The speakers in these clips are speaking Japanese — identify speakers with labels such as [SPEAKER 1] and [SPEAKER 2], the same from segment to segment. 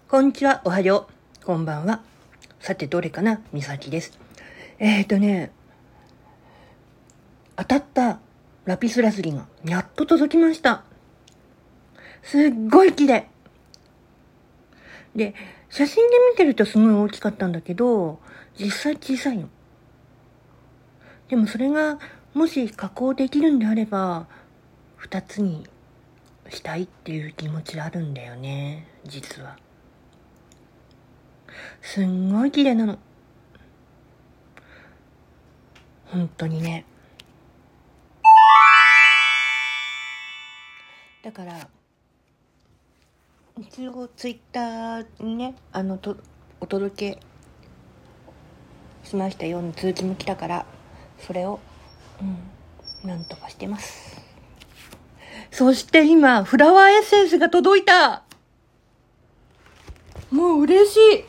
[SPEAKER 1] こんにちは、おはよう、こんばんは。さて、どれかな、みさきです。当たったラピスラズリがやっと届きました。すっごい綺麗。で、写真で見てるとすごい大きかったんだけど、実際小さいの。でもそれが、もし加工できるんであれば、2つにしたいっていう気持ちがあるんだよね、実は。すんごい綺麗なの。本当にね。だから一応ツイッターにねお届けしましたように通知も来たから、それをなんとかしてます。そして今フラワーエッセンスが届いた。もう嬉しい。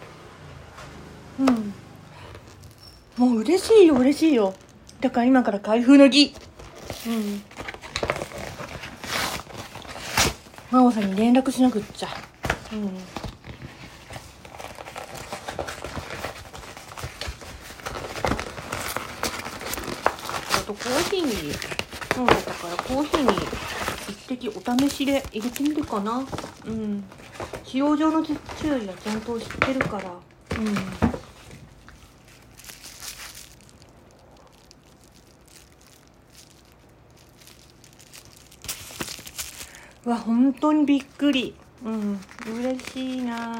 [SPEAKER 1] もう嬉しいよ。だから今から開封の儀。真央さんに連絡しなくっちゃ。コーヒーに飲んでたからコーヒーに一滴お試しで入れてみるかな。使用上の注意はちゃんと知ってるから。わ、本当にびっくり。嬉しいな。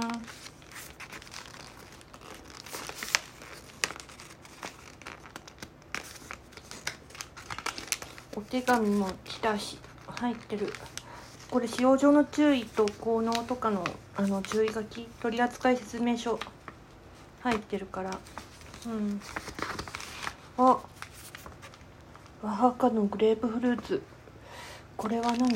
[SPEAKER 1] お手紙も来たし、入ってる。これ使用上の注意と効能とかの注意書き、取扱説明書入ってるから。あ、和ハカのグレープフルーツ。これは何？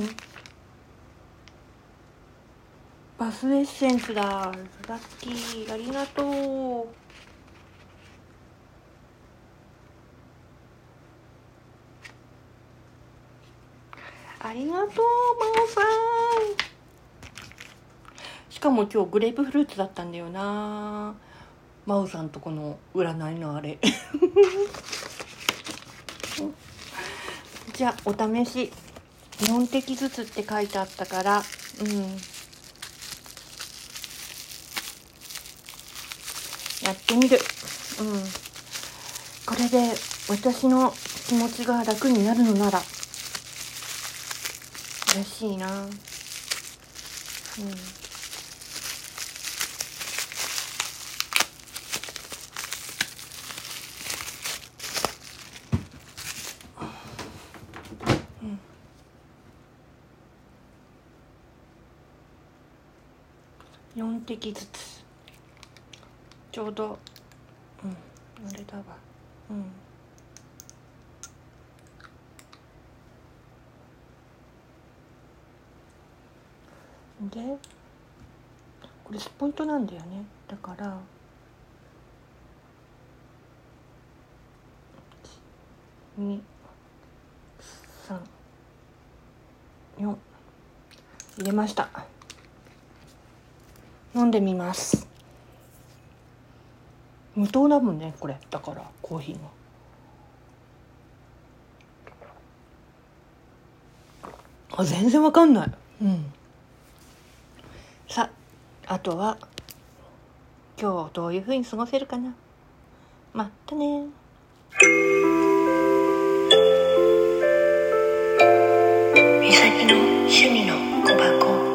[SPEAKER 1] バスエッセンスだ。ラッキー、ありがとう。ありがとう、真央さん。しかも今日グレープフルーツだったんだよな。真央さんとこの占いのあれじゃあお試し4滴ずつって書いてあったから、やってみる。これで私の気持ちが楽になるのなら嬉しいな。4滴ずつちょうどあれだわ。でこれスポイトなんだよね。だから2、3、4入れました。飲んでみます。無糖だもんねこれ。だからコーヒーが全然わかんない。さあ、あとは今日どういう風に過ごせるかな。またね。みさきの趣味の小箱。